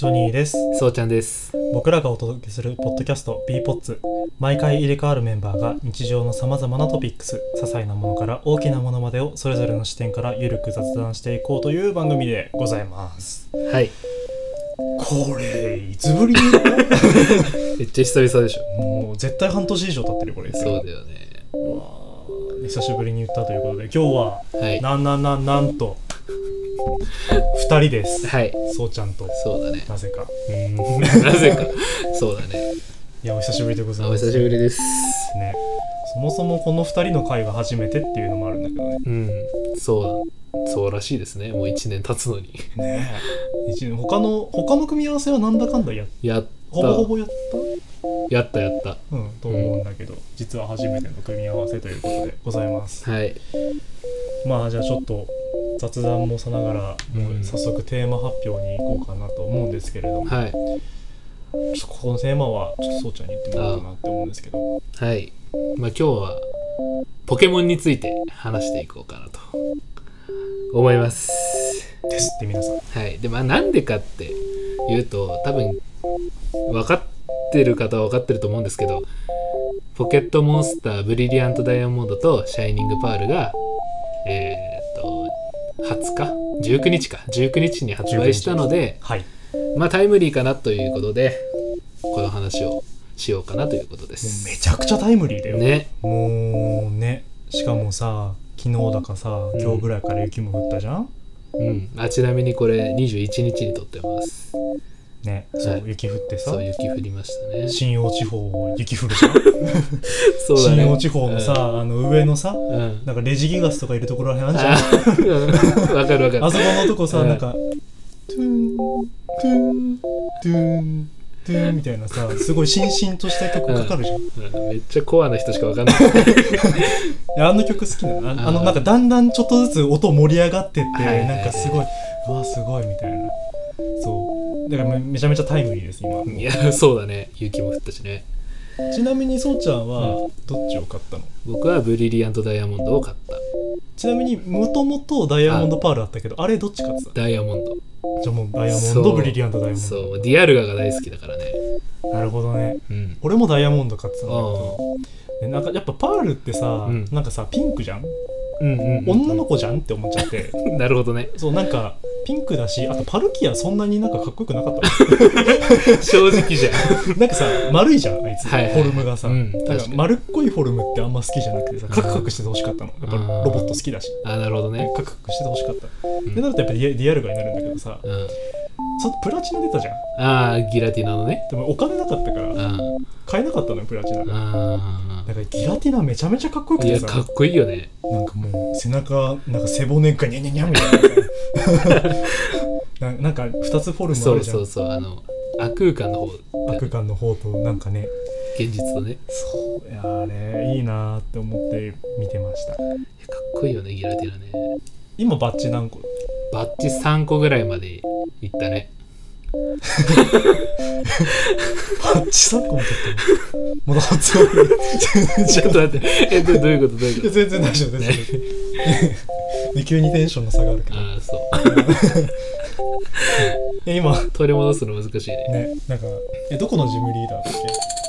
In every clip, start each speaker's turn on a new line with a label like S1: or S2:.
S1: ジョニーです。
S2: そうちゃんです。
S1: 僕らがお届けするポッドキャスト B ポッツ。毎回入れ替わるメンバーが日常のさまざまなトピックス、些細なものから大きなものまでをそれぞれの視点からゆるく雑談していこうという番組でございます。
S2: はい。
S1: これいつぶりに
S2: めっちゃ久々でしょ。
S1: もう絶対半年以上経ってるこれ。
S2: そうだよね。
S1: うわ久しぶりに言ったということで、今日は、
S2: はい、
S1: なんと2人です。
S2: はい。
S1: そうちゃんと。
S2: そうだね。
S1: なぜか。
S2: なぜか。そうだね。
S1: いやお久しぶりでございます。
S2: お久しぶりです。
S1: ね。そもそもこの2人の会が初めてっていうのもあるんだけどね。
S2: うん。そうらしいですね。もう1年経つのに。
S1: ねえ。1年他の組み合わせはなんだかんだやった。ほぼほぼやった。
S2: やった。
S1: と思うんだけど、実は初めての組み合わせということでございます。
S2: はい。
S1: まあじゃあちょっと雑談もさながら、もう早速テーマ発表に行こうかなと思うんですけれども、
S2: はい。
S1: ここのテーマはちょっとそうちゃんに言ってもらおうかなって思うんですけど、
S2: はい。まあ今日はポケモンについて話していこうかなと思います
S1: ですって皆さん。
S2: はい。でまあなんでかっていうと、多分分かってる方は分かってると思うんですけど、ポケットモンスターブリリアントダイヤモンドとシャイニングパールが20日19日に発売したので、
S1: はい、
S2: まあタイムリーかなということでこの話をしようかなということです。
S1: めちゃくちゃタイムリーだよ
S2: ね。
S1: もうね、しかもさ、昨日だかさ、今日ぐらいから雪も降ったじゃん。
S2: ちなみにこれ21日に撮ってます
S1: ね。そう、はい、雪降ってさ、
S2: そう雪降りましたね。
S1: 信用地方雪降るじゃん
S2: そうだね、
S1: 信用地方のさ、上のさ、なんかレジギガスとかいるところらへんあんじゃん。
S2: わかる
S1: あそこのとこさ、なんかトゥーントゥーントゥーントゥーンみたいなさ、すごいしんしんとした曲かかるじゃん。
S2: めっちゃコアな人しかわかんない。
S1: いや、あの曲好きなの。なんかだんだんちょっとずつ音盛り上がってって、なんかすごい、うわすごいみたいな。そうだからめちゃめちゃタイムリーです今。
S2: いやそうだね、雪も降ったしね。
S1: ちなみにそうちゃんはどっちを買ったの？
S2: 僕はブリリアントダイヤモンドを買った。
S1: ちなみにもともとダイヤモンドパールあったけど、あれどっち買ってた？
S2: ダイヤモンド。
S1: じゃあもうダイヤモンドブリリアントダイヤモンド。
S2: そうディアルガが大好きだからね。
S1: なるほどね、俺もダイヤモンド買ってたんだけど、なんかやっぱパールってさ、なんかさピンクじゃん、女の子じゃんって思っちゃって
S2: なるほどね。
S1: そうなんかピンクだし、あとパルキアそんなになんかかっこよくなかった
S2: 正直じゃん。
S1: なんかさ丸いじゃんあいつ、フォルムがさ、なんか丸っこいフォルムってあんま好きじゃなくてさ、カクカクしててほしかったの。やっぱロボット好きだし。
S2: なるほどね。
S1: カクカクしててほしかった。でなるとやっぱディアルガになるんだけどさ、プラチナ出たじゃん。
S2: ギラティナのね。
S1: でもお金なかったから買えなかったのよプラチナが。だからギラティナめちゃめちゃかっこよくてさ、
S2: いやかっこいいよね。
S1: なんかもう背中なんか背骨がニャニャニャみたいななんか2つフォルムあるじゃん。
S2: そう悪空間の方
S1: となんかね
S2: 現実とね。
S1: そういやあれいいなって思って見てました。かっ
S2: こいいよねギラティナね。
S1: 今バッジ何個？
S2: バッジ3個ぐらいまでいったね。
S1: バッジ3個も取ったの？まだ発音
S2: ちょっと待ってどういうこと
S1: 全然大丈夫ですで急にテンションの差があるけど。
S2: そう
S1: 今
S2: 取り戻すの難しいね。
S1: なんかどこのジムリーダーだっ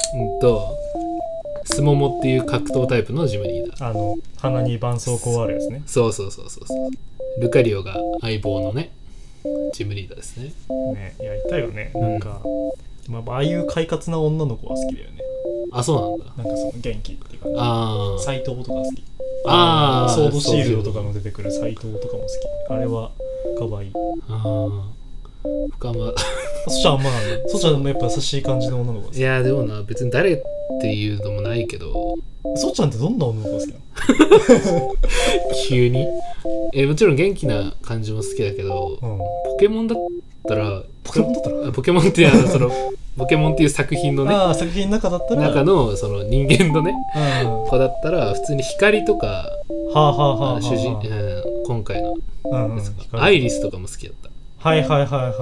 S2: け？スモモっていう格闘タイプのジムリーダー。
S1: 鼻に絆創膏あるやつね。
S2: そうルカリオが相棒のねジムリーダーですね。
S1: いやいたよね、なんか、ああいう快活な女の子は好きだよね。
S2: そうなんだ。
S1: なんかその元気っていうか、斎藤とか好き。ソードシールドとかの出てくる斎藤とかも好き。あれはかわいい。
S2: 深間
S1: そっちはあんまなんだ。そっちはやっぱ優しい感じの女の子です。
S2: いやでもな、別に誰っていうのもないけど。
S1: そっちゃんってどんな女の子が好きなの？
S2: 急にもちろん元気な感じも好きだけど、ポケモンだったらポケモンってそのポケモンっていう作品のね、
S1: 作品の中だったら
S2: 中のその人間のね、子だったら普通に光とか主人今回のアイリスとかも好きだった。
S1: はい。な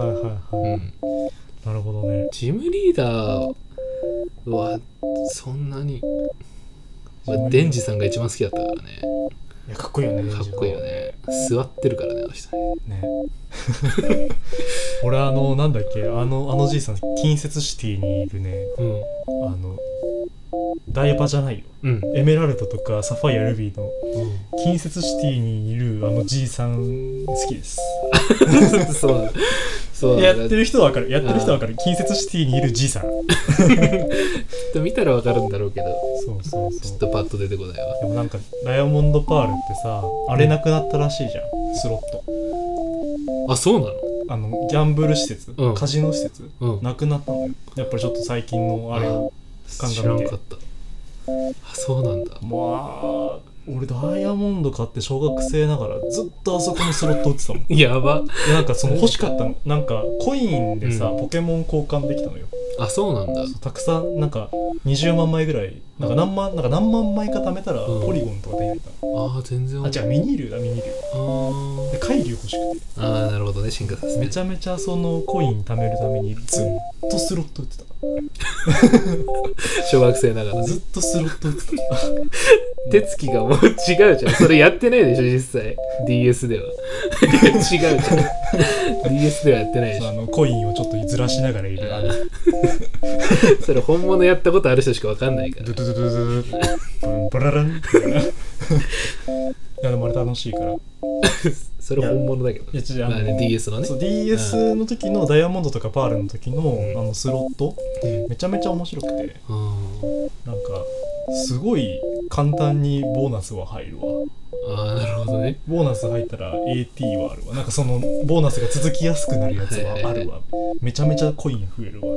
S1: るほどね。
S2: ジムリーダーはそんなに、デンジさんが一番好きだったからね。
S1: いやかっこいいよね。
S2: かっこいいよね。座ってるからねあの人ね。
S1: 俺なんだっけあのじいさん近接シティにいるねダイパじゃないよ、エメラルドとかサファイアルビーの近接シティにいるじいさん好きです。そうやってる人は分かる、近接シティにいるじいさん。きっ
S2: と見たら分かるんだろうけど、
S1: そう
S2: ちょっとパッと出てこないわ。
S1: でもなんかダイヤモンドパールってさ、あれなくなったらしいじゃん、スロット。
S2: あ、そうなの？
S1: ギャンブル施設、カジノ施設、なくなったのよ。やっぱりちょっと最近のあれを
S2: 知らんかった。あ、そうなんだ。
S1: まあ俺ダイヤモンド買って小学生ながらずっとあそこのスロット打ってたもん。
S2: やば。
S1: なんかその欲しかったの、なんかコインでさ、ポケモン交換できたのよ。
S2: あ、そうなんだ。
S1: たくさんなんか20万枚ぐらい、なんか何万枚か貯めたらポリゴンとか手に入れたの。
S2: あ、全然。
S1: 違う、ミニ竜だ、ミニ竜。で海竜欲しくて。
S2: なるほどね、進化させて。
S1: めちゃめちゃそのコイン貯めるためにずっとスロット打ってた。
S2: 小学生ながらね。
S1: ずっとスロット打ってた。
S2: 手つきがもう違うじゃん。それやってないでしょ、実際。DS では。違うじゃん。DS ではやってないでしょ。
S1: コインをちょっとずらしながらいる。
S2: それ本物やったことある人しかわかんないから。
S1: ドゥドゥドゥドゥドゥバラランっていやでもあれ楽しいから。
S2: それ本物だけど。まあね、DS のね。
S1: そう DS の時のダイヤモンドとかパールの時のスロット、めちゃめちゃ面白くて、なんかすごい簡単にボーナスは入るわ。
S2: なるほどね。
S1: ボーナス入ったら AT はあるわ。なんかそのボーナスが続きやすくなるやつはあるわ。めちゃめちゃコイン増えるわ。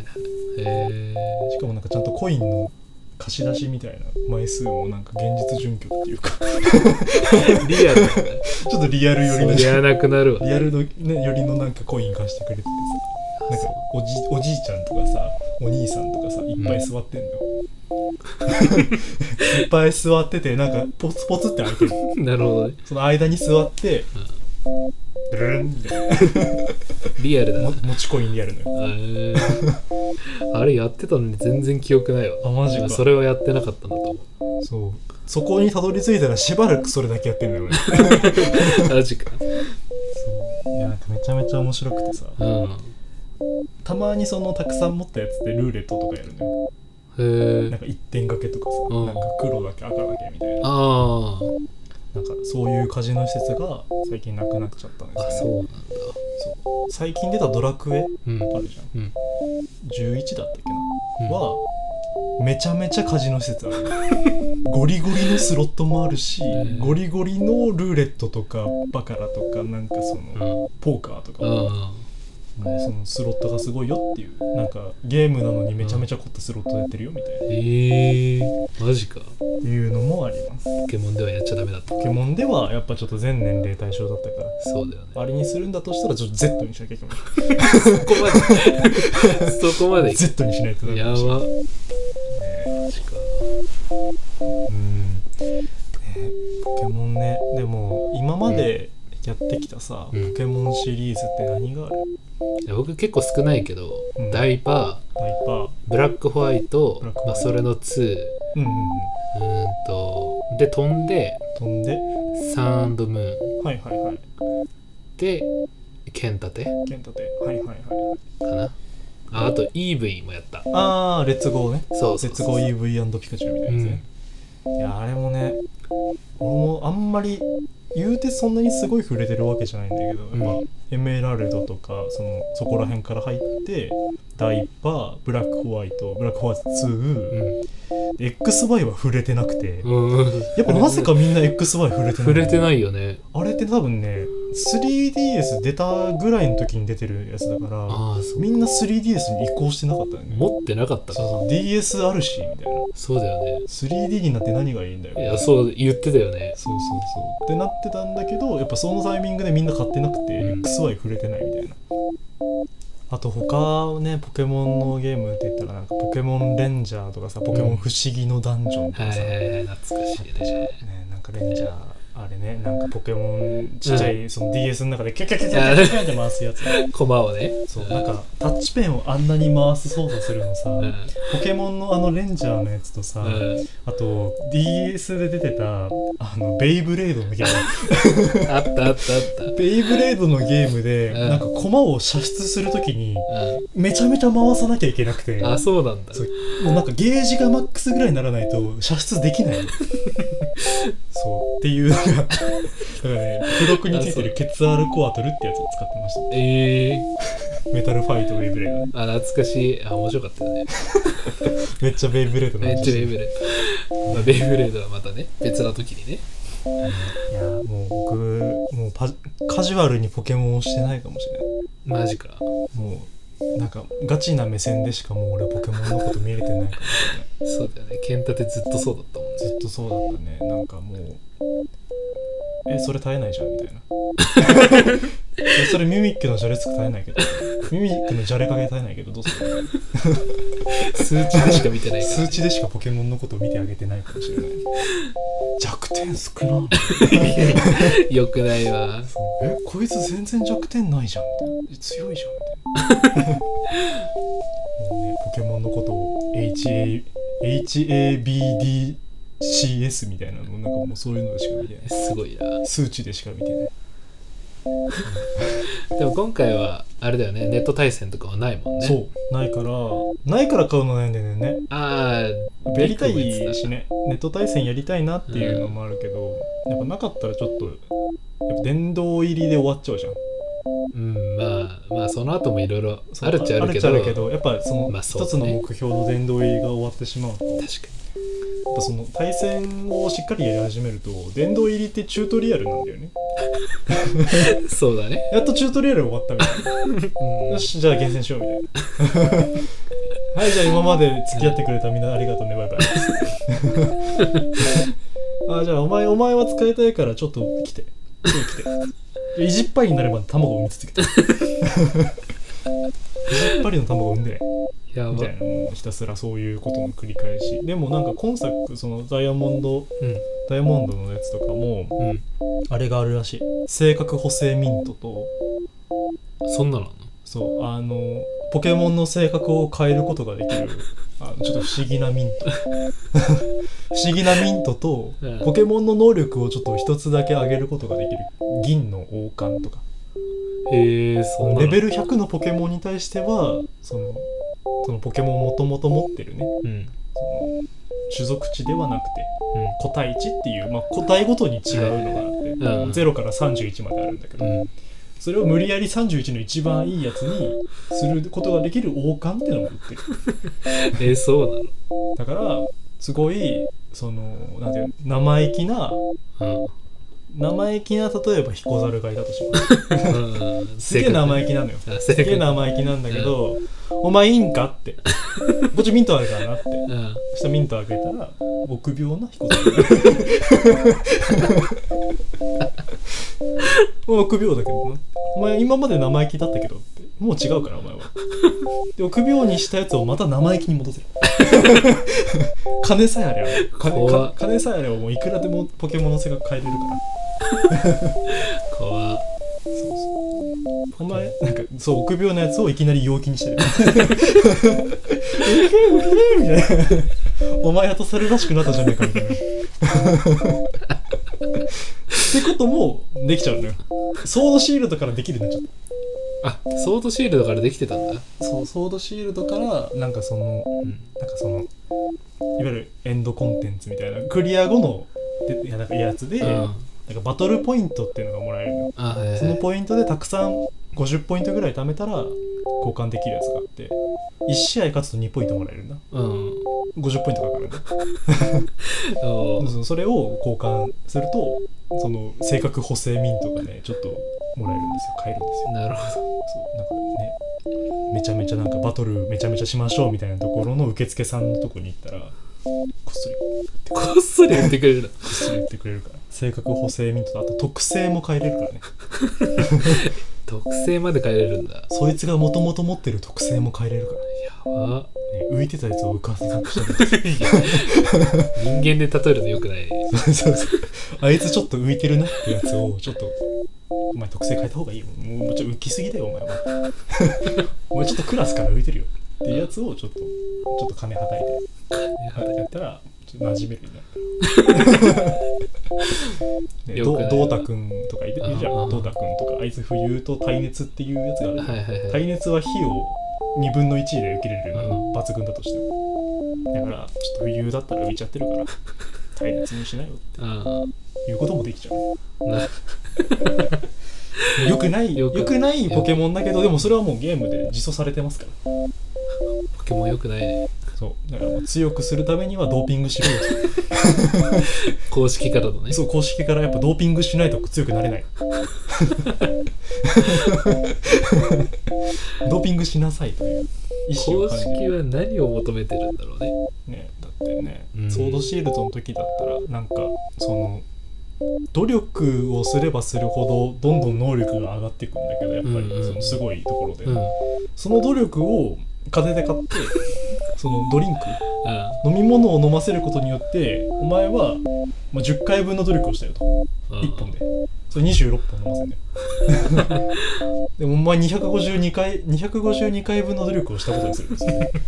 S1: しかもなんかちゃんとコインの貸し出しみたいな枚数もなんか現実準拠っていうか
S2: リアルだね。
S1: ちょっとリアル寄りの
S2: やらなくなるわ。
S1: リアルのね寄りのなんかコイン貸してくれててさ、なんかおじいちゃんとかさ、お兄さんとかさ、いっぱい座ってんのよ。いっぱい座ってて、なんかポツポツって開いてる。
S2: なるほどね。
S1: その間に座ってブルンみたいな。
S2: リアルだな。
S1: 持ちコインリアルのよ。
S2: あれやってたのに全然記憶ないわ。
S1: あ、マジか。
S2: それはやってなかったんだと思
S1: う。そこにたどり着いたらしばらくそれだけやってんのよね。
S2: マジか。
S1: そういや、なんかめちゃめちゃ面白くてさ、たまにそのたくさん持ったやつでルーレットとかやるのよ。なんか1点掛けとかさ、なんか黒だけ赤だけみたいな。なんかそういうカジノ施設が最近なくなっちゃったんですよね。
S2: そうなんだ。
S1: そう最近出たドラクエあるじゃん、11だったっけな、はめちゃめちゃカジノ施設ある。ゴリゴリのスロットもあるし、ゴリゴリのルーレットとかバカラとかなんかそのポーカーとかもそのスロットがすごいよっていう、なんかゲームなのにめちゃめちゃ凝ったスロットやってるよみたいな、
S2: マジか
S1: いうのもあります。
S2: ポケモンではやっちゃダメだった。
S1: ポケモンではやっぱちょっと全年齢対象だったから、
S2: そうだよね。
S1: あれにするんだとしたらちょっと Z にしなきゃいけない。
S2: そこまで
S1: Z にしないとダメだし。
S2: やば。マジか。
S1: ポケモンね。でも今までやってきたさ、ポケモンシリーズって何がある？
S2: 僕結構少ないけど、ダイパー、ブラックホワイト、それの2、で飛んでサンドムーン、で剣立てかな。あと EV もやった。
S1: レッツゴーね。
S2: そう
S1: レッツゴー EV& ピカチュウみたいなやつね。いやあれもね、俺もあんまり言うてそんなにすごい触れてるわけじゃないんだけど、やっぱエメラルドとかそこら辺から入ってダイパー、ブラックホワイト2、XY は触れてなくて、やっぱなぜかみんな XY 触れてない
S2: よね。
S1: あれって多分ね 3DS 出たぐらいの時に出てるやつだから、みんな 3DS に移行してなかったよね。
S2: 持ってなかったか。
S1: そう DS あるしみたいな。
S2: そうだよね。
S1: 3D になって何がいいんだよ。
S2: いや、そう言ってたよね。
S1: そうってなってたんだけど、やっぱそのタイミングでみんな買ってなくて、XY 触れてないみたいな。あと他ね、ポケモンのゲームって言ったらなんかポケモンレンジャーとかさ、ポケモン不思議のダンジョンとかさ、
S2: 懐かしいね。
S1: なんかレンジャーあれね、なんかポケモンちっちゃい、その DS の中でキャキャキャキャキャキャって回すやつ。
S2: コマをね。
S1: そう、なんかタッチペンをあんなに回す操作するのさ、ポケモンのあのレンジャーのやつとさ、あと DS で出てたベイブレードのゲーム
S2: あったあったあった。
S1: ベイブレードのゲームで、なんか駒を射出するときにめちゃめちゃ回さなきゃいけなくて、
S2: あ、そうなんだ。
S1: もうなんかゲージがマックスぐらいにならないと射出できないそうっていうのがだからね、付録についてるケツアルコアトルってやつを使ってました。メタルファイトベイブレードね。
S2: あ、懐かしい。あ、面白かったよね。
S1: めっちゃベイブレードの話。
S2: めっちゃベイブレード、まあ、ベイブレードはまたね、別な時にね。
S1: いやもう僕もうカジュアルにポケモンをしてないかもしれない。
S2: マジか。
S1: もうなんかガチな目線でしかもう俺ポケモンのこと見れてないかもしれない。
S2: そうだよね。ケンタってずっとそうだったもんね。
S1: ずっとそうだったね。なんかもうそれ耐えないじゃんみたいなそれミミックのじゃれつく耐えないけど、ミミックのじゃれかげ耐えないけどどうする
S2: 数値でしか見てないから、
S1: 数値でしかポケモンのことを見てあげてないかもしれない。弱点少な
S2: よくないわ。
S1: こいつ全然弱点ないじゃんみたいな、強いじゃんみたいなもうね、ポケモンのことを HABDCS みたいなの、なんかもうそういうのでしか見てない。
S2: すごいな。
S1: 数値でしか見てない。
S2: でも今回はあれだよね、ネット対戦とかはないもんね。
S1: そうないから買うの悩んでるね。
S2: ああ、
S1: やりたいしね、ネット対戦やりたいなっていうのもあるけど、やっぱなかったらちょっとやっぱ殿堂入りで終わっちゃうじゃん。
S2: うん、まあその後もいろいろあるっちゃあるけど、
S1: やっぱその一つの目標の殿堂入りが終わってしまうと、確かにやっぱその対戦をしっかりやり始めると殿堂入りってチュートリアルなんだよね
S2: そうだね。
S1: やっとチュートリアル終わったみたいな、よしじゃあ厳選しようみたいなはいじゃあ今まで付き合ってくれたみんなありがとうねバイバイあじゃあお前は使いたいからちょっと来て意地っぱりになるまで卵を産み続けて意地っぱりの卵を産んでねみたいな、もうひたすらそういうことの繰り返し。でもなんか今作そのダイヤモンドのやつとかも、あれがあるらしい。性格補正ミントと、
S2: そんなのあんの？
S1: そうポケモンの性格を変えることができるちょっと不思議なミント不思議なミントと、ポケモンの能力をちょっと一つだけ上げることができる銀の王冠とか。
S2: そんなの
S1: レベル100のポケモンに対してはそのポケモンもともと持ってるね、その種族値ではなくて、個体値っていう、個体ごとに違うのがあって、0から31まであるんだけど、それを無理やり31の一番いいやつにすることができる王冠っていうのも売ってる
S2: そうなの？
S1: だからすごいなんていう生意気な、例えばヒコザルがいたとしますすげえ生意気なのよ。すげえ生意気なんだけど、お前いいんかってこっちミントあるからなって、そしたらミントあげたら臆病なヒコザル臆病だけどな、お前今まで生意気だったけどってもう違うからお前はで臆病にしたやつをまた生意気に戻せる金さえあれば金さえあればもういくらでもポケモンの性格変えれるから
S2: 怖っ。
S1: お前なんかそう臆病なやつをいきなり陽気にしてるみたいなお前やと猿らしくなったじゃねえかみたいなってこともできちゃうのよ。ソードシールドからできるようになっちゃった。
S2: あ、ソードシールドからできてたんだ。
S1: そう、ソードシールドからなんかいわゆるエンドコンテンツみたいなクリア後のやつで、なんかバトルポイントっていうのがもらえるのよ。そのポイントでたくさん50ポイントぐらい貯めたら交換できるやつがあって、1試合勝つと2ポイントもらえるんだ。50ポイントかかるんだそれを交換するとその性格補正ミントがねちょっともらえるんですよ、買えるんですよ。
S2: なるほど。
S1: そうなんかね、めちゃめちゃなんかバトルめちゃめちゃしましょうみたいなところの受付さんのとこに行ったらこっそり
S2: 言ってくれる
S1: こっそり言ってくれるから、性格補正ミントとあと特性も変えれるからね
S2: 特性まで変えれるんだ。
S1: そいつがもともと持ってる特性も変えれるから
S2: やば。
S1: ね、浮いてたやつを浮かせなくしたり
S2: 人間で例えるのよくない。
S1: そうそうあいつちょっと浮いてるなってやつをちょっとお前特性変えた方がいいよ、もうちょっと浮きすぎだよお前はお前ちょっとクラスから浮いてるよっていうやつをちょっと金はたいてやったらちょっと馴染めるようになる、ね、
S2: よくない
S1: ドータくんとかいるじゃん。ドータくんとかあいつ浮と耐熱っていうやつがある、
S2: はいはいはい。
S1: 耐熱は火を2分の1で受けれるのが抜群だとしても、だからちょっと浮だったら浮いちゃってるから耐熱にしなよっていうこともできちゃうよくないポケモンだけど、でもそれはもうゲームで実装されてますから。
S2: ポケモンよくないね。
S1: そうだからもう強くするためにはドーピングしろよ
S2: 公式からのね。
S1: そう公式からやっぱドーピングしないと強くなれないドーピングしなさいという意思を
S2: 公
S1: 感じる。
S2: 式は何を求めてるんだろうね。
S1: ね、だってね、
S2: うん
S1: ソードシールドの時だったらなんかその努力をすればするほどどんどん能力が上がっていくんだけど、やっぱりそのすごいところで、その努力を金で買ってそのドリンク飲み物を飲ませることによってお前はまあ10回分の努力をしたよと、1本でそれ26本飲ませんだよでもお前252回分の努力をしたことにするんですよね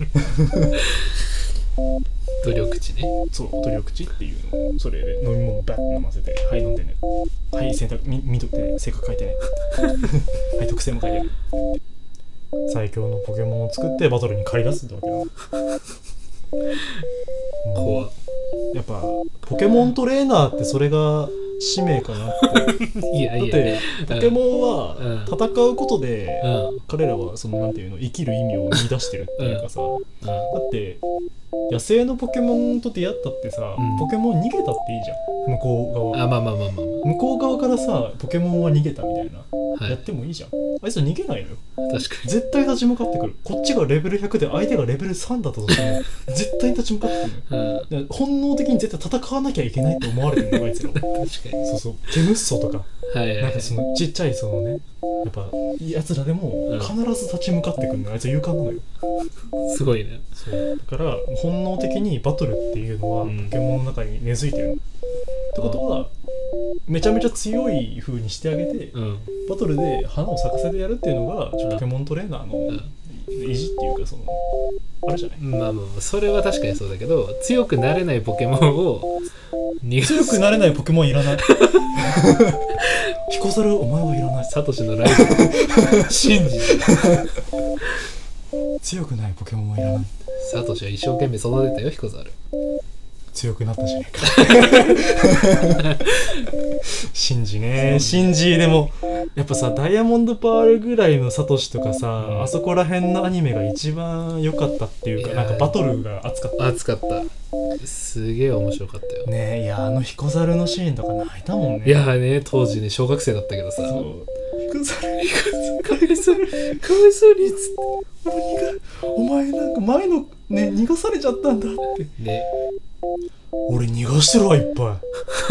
S2: 努力値ね。
S1: そう努力値っていうのをそれで飲み物をバッと飲ませて、はい飲んでね、はい選択見とって性格書いてねはい特性も書いてね、最強のポケモンを作ってバトルに駆り出すってわけだ
S2: 怖っ。
S1: やっぱポケモントレーナーってそれが使命かなって
S2: いやいや。
S1: だってポケモンは
S2: うん
S1: 戦うことで彼らはそのなんていうの生きる意味を見出してるっていうかさ、だって野生のポケモンと出会ったってさ、
S2: うん
S1: ポケモン逃げたっていいじゃん向こう側。
S2: まあ
S1: 向こう側からさポケモンは逃げたみたいな、
S2: はい
S1: やってもいいじゃん。あいつは逃げないのよ。
S2: 確か
S1: 絶対立ち向かってくる。こっちがレベル100で相手がレベル3だったとしても絶対に立ち向かってくるのよ。
S2: に。
S1: で本能的に絶対戦わなきゃいけないって思われてるのよあいつらは。
S2: 確かに。
S1: そうそうケムッソとか
S2: はいはいはい
S1: なんか。そのちっちゃいそのねやっぱやつらでも必ず立ち向かってくるのよ。あいつは勇敢なのよ。
S2: すごいね。
S1: そうだから本能的にバトルっていうのは
S2: うん
S1: ポケモンの中に根付いてるの、ってことはめちゃめちゃ強い風にしてあげて
S2: うん。
S1: バトルで花を咲かせてやるっていうのがポケモントレーナーの意地っていうかそのあれじゃない。
S2: まあまあそれは確かにそうだけど、強くなれないポケモンを逃が
S1: 強くなれないポケモンいらないヒコザルお前はいらない。
S2: サトシのライブ信じ
S1: 強くないポケモンはいらない。
S2: サトシは一生懸命育てたよ、ヒコザル。
S1: 強くなったじゃねえかシンジね、シンジでもやっぱさダイヤモンドパールぐらいのサトシとかさ、あそこら辺のアニメが一番良かったっていうか、
S2: いやー
S1: なんかバトルが熱かった
S2: 熱かった。すげえ面白かったよ。
S1: ね。いやヒコザルのシーンとか泣いたもんね。
S2: いやーね、当時ね小学生だったけどさ、
S1: そうヒコザル
S2: かわいそうにっつ
S1: お前なんか前のね逃がされちゃったんだって。
S2: ってね。
S1: 俺逃がしてるわいっぱいや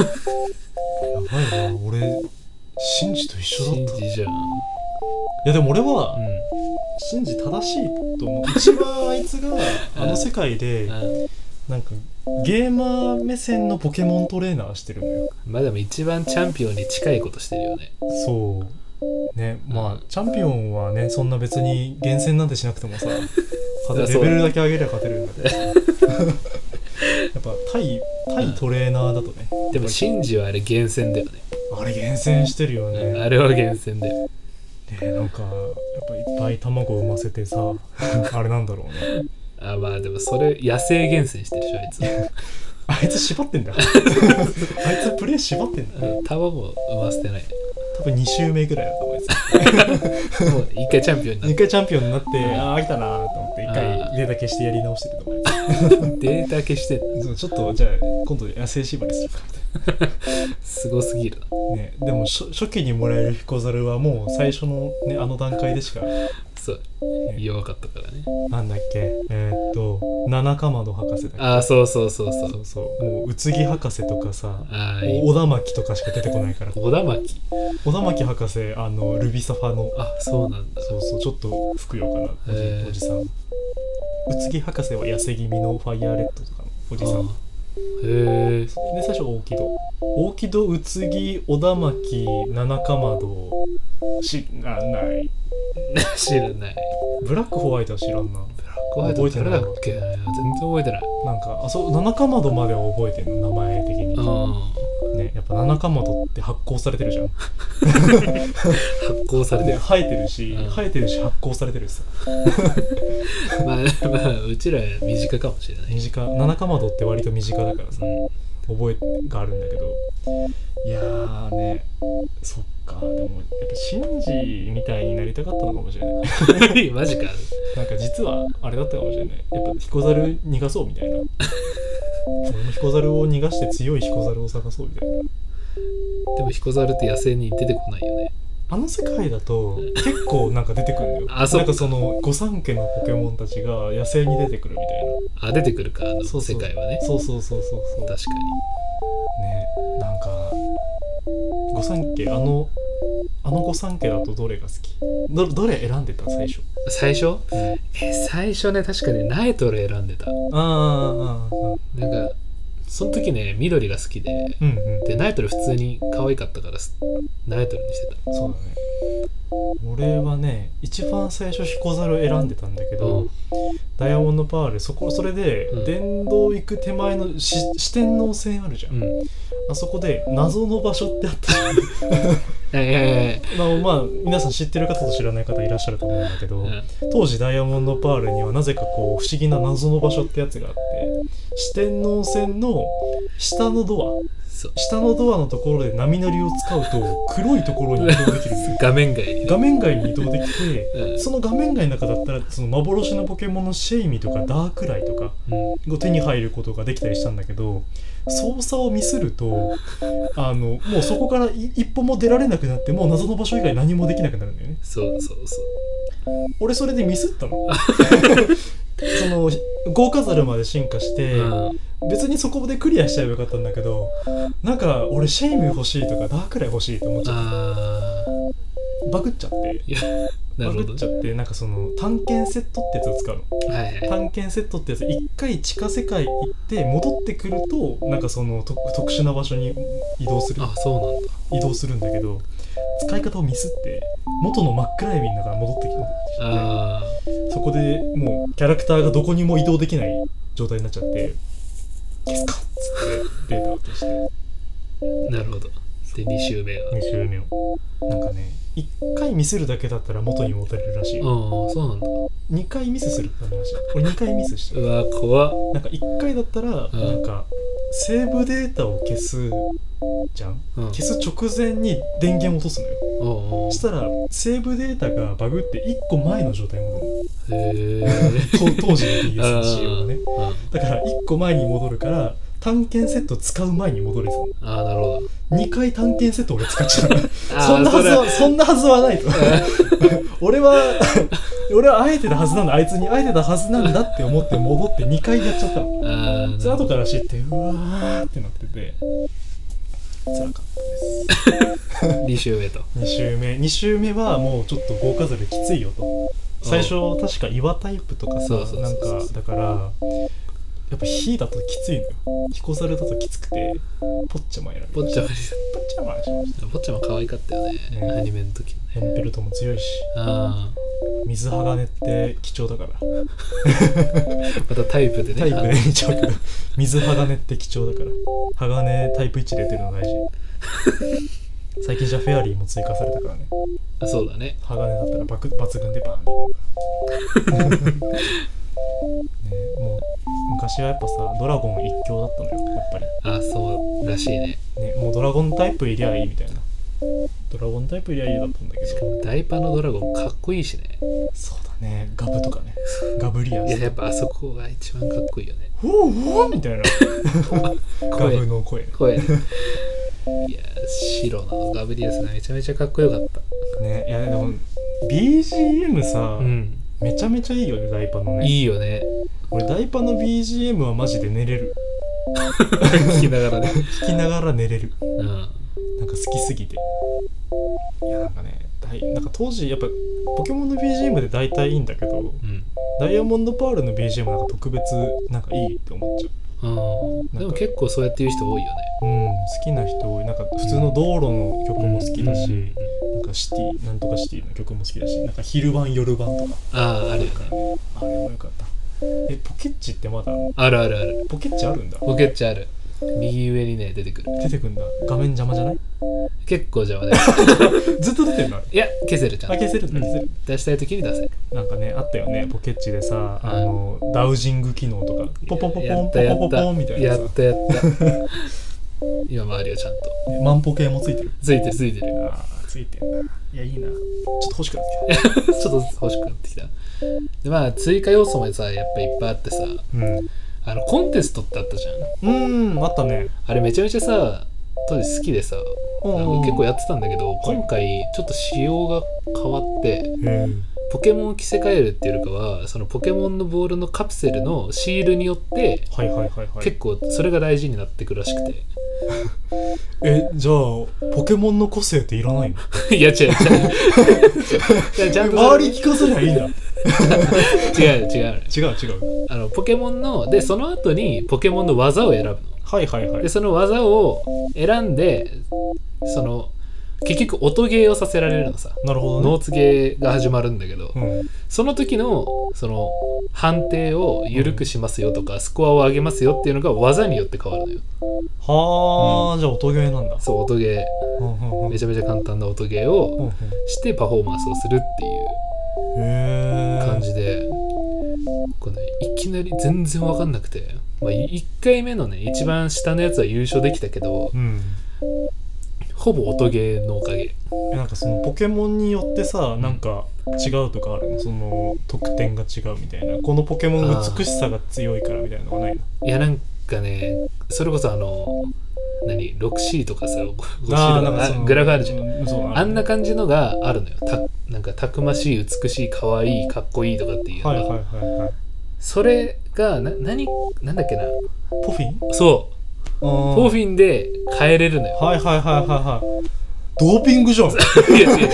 S1: ばいな俺シンジと一緒だった。い
S2: 信じじゃん。
S1: やでも俺は、
S2: う
S1: シンジ正しいと思う。一番あいつがあの世界で
S2: ん。
S1: なんかゲーマー目線のポケモントレーナーしてるのよ。
S2: まあでも一番チャンピオンに近いことしてるよね。
S1: そうね、まあチャンピオンはねそんな別に厳選なんてしなくてもさレ
S2: そう
S1: ベルだけ上げれば勝てるんだけどやっぱ対トレーナーだとね、
S2: でもシンジはあれ厳選だよね。
S1: あれ厳選してるよね。
S2: あれは厳選だよ。
S1: なんかやっぱいっぱい卵を産ませてさあれなんだろうね。
S2: あ、まあでもそれ野生厳選してるでしょあいつ。
S1: あいつ縛ってんだあいつプレイ縛ってんだ。
S2: 卵産ませてない。
S1: 多分2周目ぐらいだと思います
S2: もう一回チャンピオンになっ
S1: 一回チャンピオンになってああ飽きたなと思って一回データ消してやり直してると思います
S2: てデータ消してんの
S1: そうちょっとじゃあ今度野生縛りするかみたい
S2: すごすぎるな。
S1: な、ね、でも初期にもらえるヒコザルはもう最初の、ね、あの段階でしか
S2: そそう弱かったからね。
S1: なんだっけ七かまど博士だっけ。
S2: ああそうそうそうそう。
S1: そうそうもう宇津木博士とかさ
S2: あ
S1: 小田巻とかしか出てこないから。
S2: 小田巻。
S1: 小田巻博士ルビサファの
S2: あそうなんだ。
S1: そうそうちょっとふくよかなおじさん。宇津木博士は痩せ気味のファイヤーレッドとかのおじさん。
S2: へえ。
S1: で最初大木戸宇津木小田巻七かまど知らない。
S2: 知らない。
S1: ブラックホワイトは知らんな。
S2: ブラックホワイト誰だっけ。全然覚えてない。
S1: なんか七かまどまでは覚えてんの名前的に。ね、やっぱ七かまどって発酵されてるじゃん。
S2: 発酵されてる。
S1: 生えてるし発酵されてるしさ。
S2: まあうちら身近かもしれない。
S1: 七かまどって割と身近だからさ、覚えがあるんだけど、いやーね、そっか。でもやっぱシンジみたいになりたかったのかもしれない。
S2: マジか。
S1: なんか実はあれだったかもしれない。やっぱ彦猿逃がそうみたいな。俺も彦猿を逃がして強い彦猿を探そうみたいな。
S2: でも彦猿って野生に出てこないよね。
S1: あの世界だと結構なんか出てくるんだよ。
S2: あ、そう
S1: なんかその御三家のポケモンたちが野生に出てくるみたいな。
S2: あ出てくるか
S1: そうそう
S2: 世界はね。
S1: そう確か
S2: に
S1: ね。なんか御三家あの御三家だとどれが好き？どれ選んでた最初？
S2: 最初ね確かにナイトル選んでた。なんかその時ね緑が好きで、でナイトル普通に可愛かったからナイトルにしてた。
S1: そうだね。俺はね一番最初彦猿選んでたんだけど、ダイヤモンドパールそれで、電動行く手前の四天王線あるじゃん、あそこで謎の場所ってあったじゃん。まあ皆さん知ってる方と知らない方いらっしゃると思うんだけど、当時ダイヤモンドパールにはなぜかこう不思議な謎の場所ってやつがあって、四天王線の下のドアのところで波乗りを使うと黒いところに移動できる
S2: 画面外に
S1: 移動できて、その画面外の中だったらその幻のポケモンのシェイミとかダークライとかを手に入ることができたりしたんだけど、操作をミスるともうそこから一歩も出られなくなって、もう謎の場所以外何もできなくなるんだよね。
S2: そう
S1: 俺それでミスったの。その豪華ザルまで進化して、別にそこでクリアしちゃえばよかったんだけど、なんか俺シェイミ欲しいとかダークライ欲しいと思っちゃってバグっちゃってなんかその探検セットってやつを使うの、探検セットってやつ一回地下世界行って戻ってくるとなんかその特殊な場所に移動するんだけど、使い方をミスって元の真っ暗闇の中から戻ってきて、そこでもうキャラクターがどこにも移動できない状態になっちゃって、消すかっつってデータを消して。
S2: なるほど。で2周目
S1: をなんかね1回ミスるだけだったら元に戻れるらしい。
S2: そうなんだ。
S1: 2回ミスするって話。俺2回ミスした。
S2: うわ怖っ。
S1: なんか1回だったらなんかセーブデータを消すじゃん、消す直前に電源を落とすのよ。そしたらセーブデータがバグって1個前の状態に戻るの。当時の DS の仕様がね。だから1個前に戻るから探検セット使う前に戻れてたの。
S2: なるほど。
S1: 2回探検セット俺使っちゃう。そんなはずはないと。俺は会えてたはずなんだ、あいつに会えてたはずなんだって思って戻って2回やっちゃったの。それ後から知ってうわーってなってて辛かったです。
S2: 2周目と
S1: 2周目はもうちょっと豪華ザルきついよと。最初確か岩タイプとかさ、なんかだからやっぱ火だときついのよ。彦猿だときつくてポッチャマ選びました。ポッ
S2: チャマ可愛かったよね、アニメの時
S1: エンペルトも強いし、水鋼って貴重だから
S2: またタイプで
S1: 見ちゃうけど水鋼って貴重だから鋼タイプ1で出てるの大事。最近じゃフェアリーも追加されたからね。
S2: そうだね。
S1: 鋼だったら抜群でバーンできるからね。もう昔はやっぱさドラゴン一強だったのよやっぱり。
S2: そうらしいね。
S1: もうドラゴンタイプいりゃいいみたいな。ドラゴンタイプいりゃいいだったんだけど、
S2: しかもダイパのドラゴンかっこいいしね。
S1: そうだね。ガブとかね、ガブリアス。
S2: やっぱあそこが一番かっこいいよね。
S1: おみたいなガブの声い
S2: や白のガブリアスがめちゃめちゃかっこよかった
S1: ね。いやでも BGM さ、
S2: うん、
S1: めちゃめちゃいいよね、ダイパのね。
S2: いいよね。
S1: 俺ダイパの BGM はマジで寝れる。
S2: 聞きながらね。
S1: 聞きながら寝れる。
S2: うん、
S1: なんか好きすぎて。いやなんかね、なんか当時やっぱポケモンの BGM で大体いいんだけど、
S2: うん、
S1: ダイヤモンドパールの BGM なんか特別なんかいいって思っちゃ
S2: うん、でも結構そうやって言う人多いよね。
S1: う。うん、好きな人多い。なんか普通の道路の曲も好きだし、なんかシティなんとかシティの曲も好きだし、なんか昼晩夜晩とか。
S2: ああ、あるよね。
S1: あれもよかった。ポケッチってまだ
S2: あるあるある。
S1: ポケッチあるんだ。
S2: ポケッチある。右上にね出てくる。
S1: 出てくんだ。画面邪魔じゃない？
S2: 結構邪魔だよ。
S1: ずっと出てるの？
S2: いや消せるちゃんと。
S1: 消せるんだ、消せる。
S2: 出したい時に出せる。
S1: なんかねあったよね、ポケッチでさ、ダウジング機能とかポポポポンポポポポンみたいなさ。
S2: やった今もあるよちゃんと。
S1: 万歩計もついてる。
S2: ついてる。
S1: ああついてんだ。いやいいな。ちょっと欲しくなってきた。
S2: ちょっと欲しくなってきた。でまあ追加要素もさやっぱいっぱいあってさ、コンテストってあったじゃん。
S1: あったね。
S2: あれめちゃめちゃさ当時好きでさ、結構やってたんだけど、今回ちょっと仕様が変わって、ポケモンを着せ替えるっていうよりかはそのポケモンのボールのカプセルのシールによって、結構それが大事になってくるらしくて。
S1: じゃあポケモンの個性っていらないの？
S2: いや違うちゃんと
S1: 周り聞かせりゃいいんだ。
S2: 違うポケモンのでその後にポケモンの技を選ぶの。でその技を選んでその結局音ゲーをさせられるのさ。
S1: なるほどね。
S2: ノーツゲーが始まるんだけど、その時のその判定を緩くしますよとか、スコアを上げますよっていうのが技によって変わるのよ。
S1: はあ、じゃあ音ゲーなんだ。
S2: そう音ゲー、めちゃめちゃ簡単な音ゲーをしてパフォーマンスをするっていう感じで、これね、いきなり全然分かんなくて、1回目のね一番下のやつは優勝できたけど、ほぼ音ゲーのおかげ。
S1: なんかそのポケモンによってさ、なんか違うとかあるの？その得点が違うみたいな。このポケモン美しさが強いからみたいなのがないの？
S2: いやなんかね、それこそ6C とかさ 5C とかグラフあるじゃん。あんな感じのがあるのよ。なんかたくましい、美しい、かわいい、かっこいいとかっていうのが、それがなんだっけな、
S1: ポフィン？
S2: そうポフィンで変えれるのよ。
S1: ドーピングじゃん。い
S2: や違う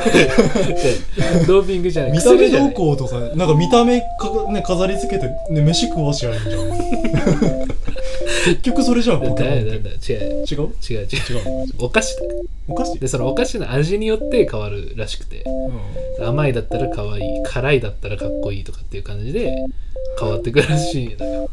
S2: ドーピングじゃない。
S1: 見た目動向とか、なんか見た目ね、飾り付けて、ね、飯食わしやるんじゃん。結局それじゃん。ポケモンって違う
S2: お菓子でそのお菓子の味によって変わるらしくて、甘いだったらかわいい、辛いだったらかっこいいとかっていう感じで変わってくるらしいのよ。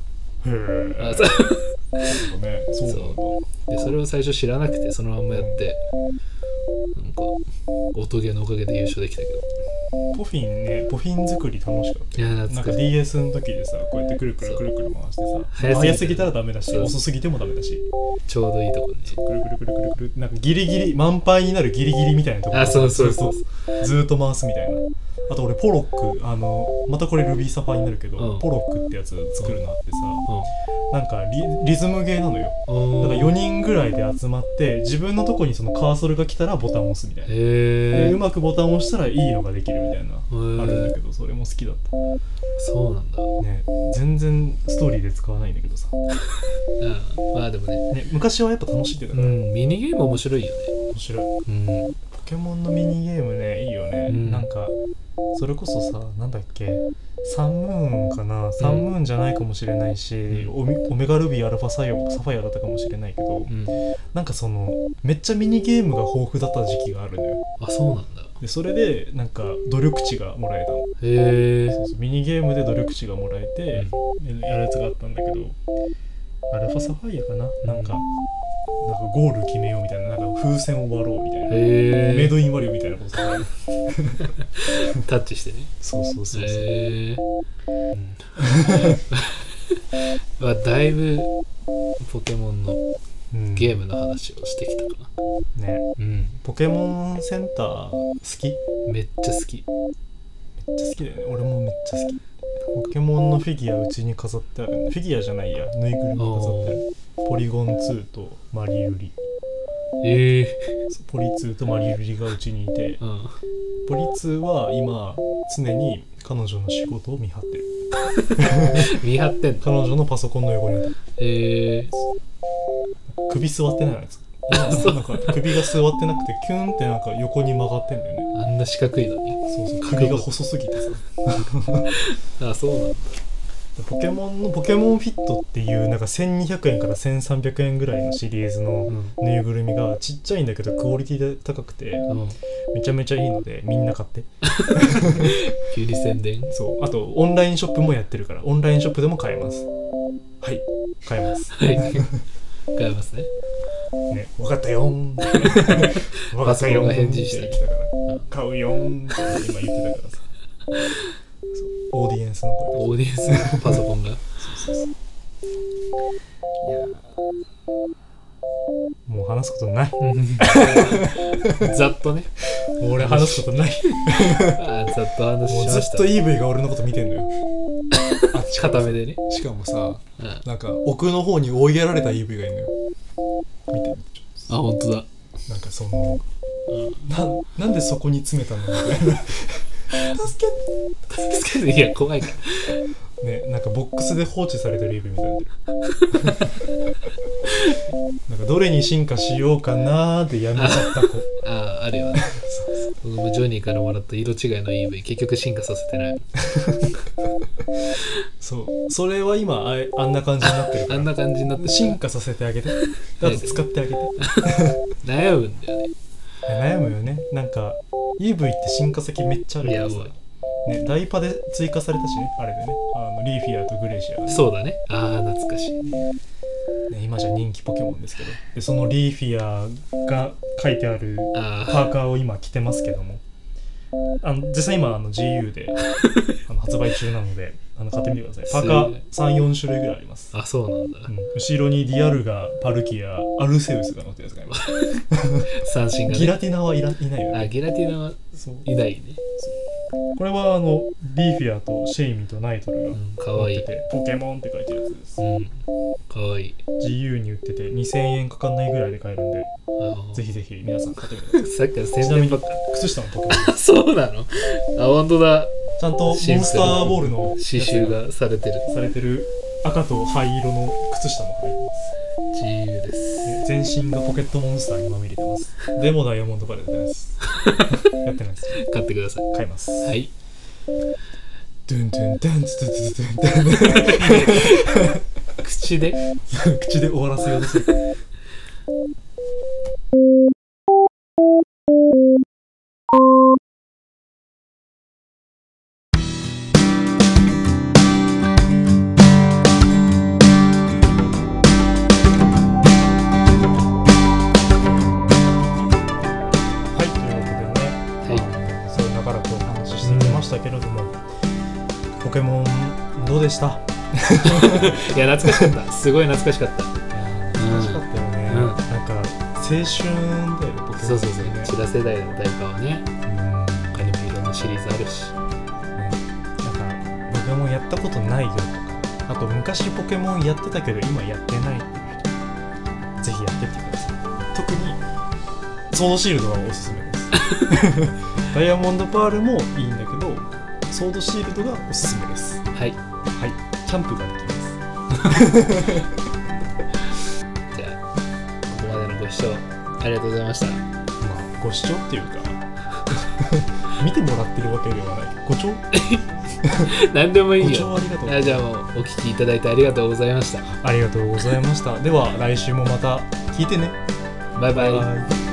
S2: そうなんだ。でそれを最初知らなくてそのまんまやって、なんか音ゲーのおかげで優勝できたけど。
S1: ポフィンね、ポフィン作り楽しかったよ。なんか DS の時でさ、こうやってくるくる回してさ、早すぎたらダメだし、遅すぎてもダメだし、
S2: ちょうどいいとこに
S1: くるくるなんかギリギリ満杯になるギリギリみたいなところ、
S2: そう
S1: ずーっと回すみたいな。あと俺ポロック、またこれルビーサファーになるけど、ポロックってやつ作るのあってさ、なんかリズムゲーなのよ。だから4人ぐらいで集まって自分のとこにそのカーソルが来たらボタンを押すみたいな。でうまくボタンを押したらいいのができるみたいなあるんだけど、それも好きだった。
S2: そうなんだ
S1: ね。全然ストーリーで使わないんだけどさ。
S2: まあでもね、
S1: 昔はやっぱ楽しんでたから。
S2: ミニゲーム面白いよね。
S1: 面白い。ポケモンのミニゲームね、いいよね。なんかそれこそさ、なんだっけ、サンムーンかな、サンムーンじゃないかもしれないし、オメガルビーアルファサファイアだったかもしれないけど、なんかそのめっちゃミニゲームが豊富だった時期があるのよ。
S2: あ、そうなんだ。
S1: でそれでなんか努力値がもらえたの。そうミニゲームで努力値がもらえて、やるやつがあったんだけど、アルファサファイアかな、なんかゴール決めようみたいな、なんか風船を割ろうみたいな、メイドインワリオみたいなことさ
S2: タッチしてね。
S1: そう
S2: だいぶポケモンのゲームの話をしてきたか
S1: な、ポケモンセンター好き？
S2: めっちゃ好き
S1: だよね。俺もめっちゃ好き。ポケモンのフィギュアうちに飾ってある。フィギュアじゃないや、ぬいぐるみ飾ってある。ポリゴン2とマリウリ。 ポリ2とマリルリがうちにいて、
S2: うん、
S1: ポリ2は今常に彼女の仕事を見張ってる
S2: 見張ってんの。
S1: 彼女のパソコンの横にいた。首座ってないやつなんか首が座ってなくてキュンってなんか横に曲がってんだよね。
S2: あんな四角いのに。
S1: そうそう、首が細すぎてさ
S2: あ、そうなんだ。
S1: ポケモンフィットっていうなんか1200円から1300円ぐらいのシリーズのぬいぐるみがちっちゃいんだけどクオリティで高くてめちゃめちゃいいのでみんな買って
S2: 急に宣伝。
S1: そう、あとオンラインショップもやってるからオンラインショップでも買えます。はい、買えます
S2: はい買えますね。
S1: ね、分かったよーん分かったよーんって言ってたから、買うよーんって今言ってたからさオーディエンスの声。
S2: オーディエンスのパソコンが
S1: そういやもう話すことない
S2: ざっとね。
S1: 俺話すことない
S2: ざっと話しました。
S1: もうずっと EV が俺のこと見てんのよ
S2: 片目でね。
S1: しかもさ、なんか奥の方に追いやられた EV がいるのよ。見て。
S2: あ、本当だ。
S1: なんかその、なんでそこに詰めたのみたいな助
S2: けて。いや、怖いから
S1: ね、なんかボックスで放置されてる EV みたいになってるなんかどれに進化しようかなーってやめちゃった子
S2: あるよね僕もジョニーからもらった色違いの EV 結局進化させてない
S1: そう、それは今あんな感じになってるから
S2: あんな感じになって
S1: 進化させてあげて、あと使ってあげて
S2: 悩むんだよね。
S1: 悩むよね。なんか EV って進化先めっちゃあるからさ、ね、ダイパで追加されたしね、あれでね、リーフィアとグレイシアが、ね、
S2: そうだね。懐かしい、ね、
S1: 今じゃ人気ポケモンですけど、でそのリーフィアが書いてあるパーカーを今着てますけども、実際今GU で発売中なので買ってみてください。パーカー 3,4 種類ぐらいあります。
S2: あ、そうなんだ、
S1: 後ろにディアルガ、パルキア、アルセウスが乗ってるやつがいます
S2: 三振が、ね、
S1: ギラティナはいないよね。
S2: ギラティナはいないね。
S1: これはリーフィアとシェイミとナイトルが
S2: かわいい、
S1: ポケモンって書いてるやつです。
S2: かわいい。
S1: GU に売ってて2000円かかんないぐらいで買えるんで、ぜひぜひ皆さん買ってみてください。
S2: さっきから宣伝ばっか。
S1: 靴下のポケモン
S2: そうなの。本当だ。
S1: ちゃんとモンスターボールの
S2: 刺繍がされてる
S1: 赤と灰色の靴下も入ってます。
S2: 自由です。
S1: 全身がポケットモンスターにまみれてます。でもダイヤモンドバレーやってないですやってないです。
S2: 買ってください。
S1: 買います。
S2: はい。
S1: ドゥンドゥンドゥンドゥンドゥンドゥン
S2: 口で
S1: 終わらせようとする。ポケモンどうでした？
S2: いや懐かしかった。すごい懐かしかった。
S1: 懐かしかったよね。なんか青春だよね。ポケモンね。
S2: そうチラ世代のダイパーはね。他にもいろんなシリーズあるし。
S1: なんかポケモンやったことないよとか、あと昔ポケモンやってたけど今やってないっていう人、ぜひやってみてください。特にソードシールドはおすすめです。ダイヤモンドパールもいいんだけど、ソードシールドがおすすめです。
S2: はい
S1: はい、キャンプができます。
S2: じゃあここまでのご視聴ありがとうございました。
S1: ご視聴っていうか見てもらってるわけではない。ご聴
S2: 何でもいいよ。
S1: ご聴ありがとう。
S2: じゃあもうお聞きいただいてありがとうございました。
S1: ありがとうございました。では来週もまた聞いてね。
S2: バイバイ。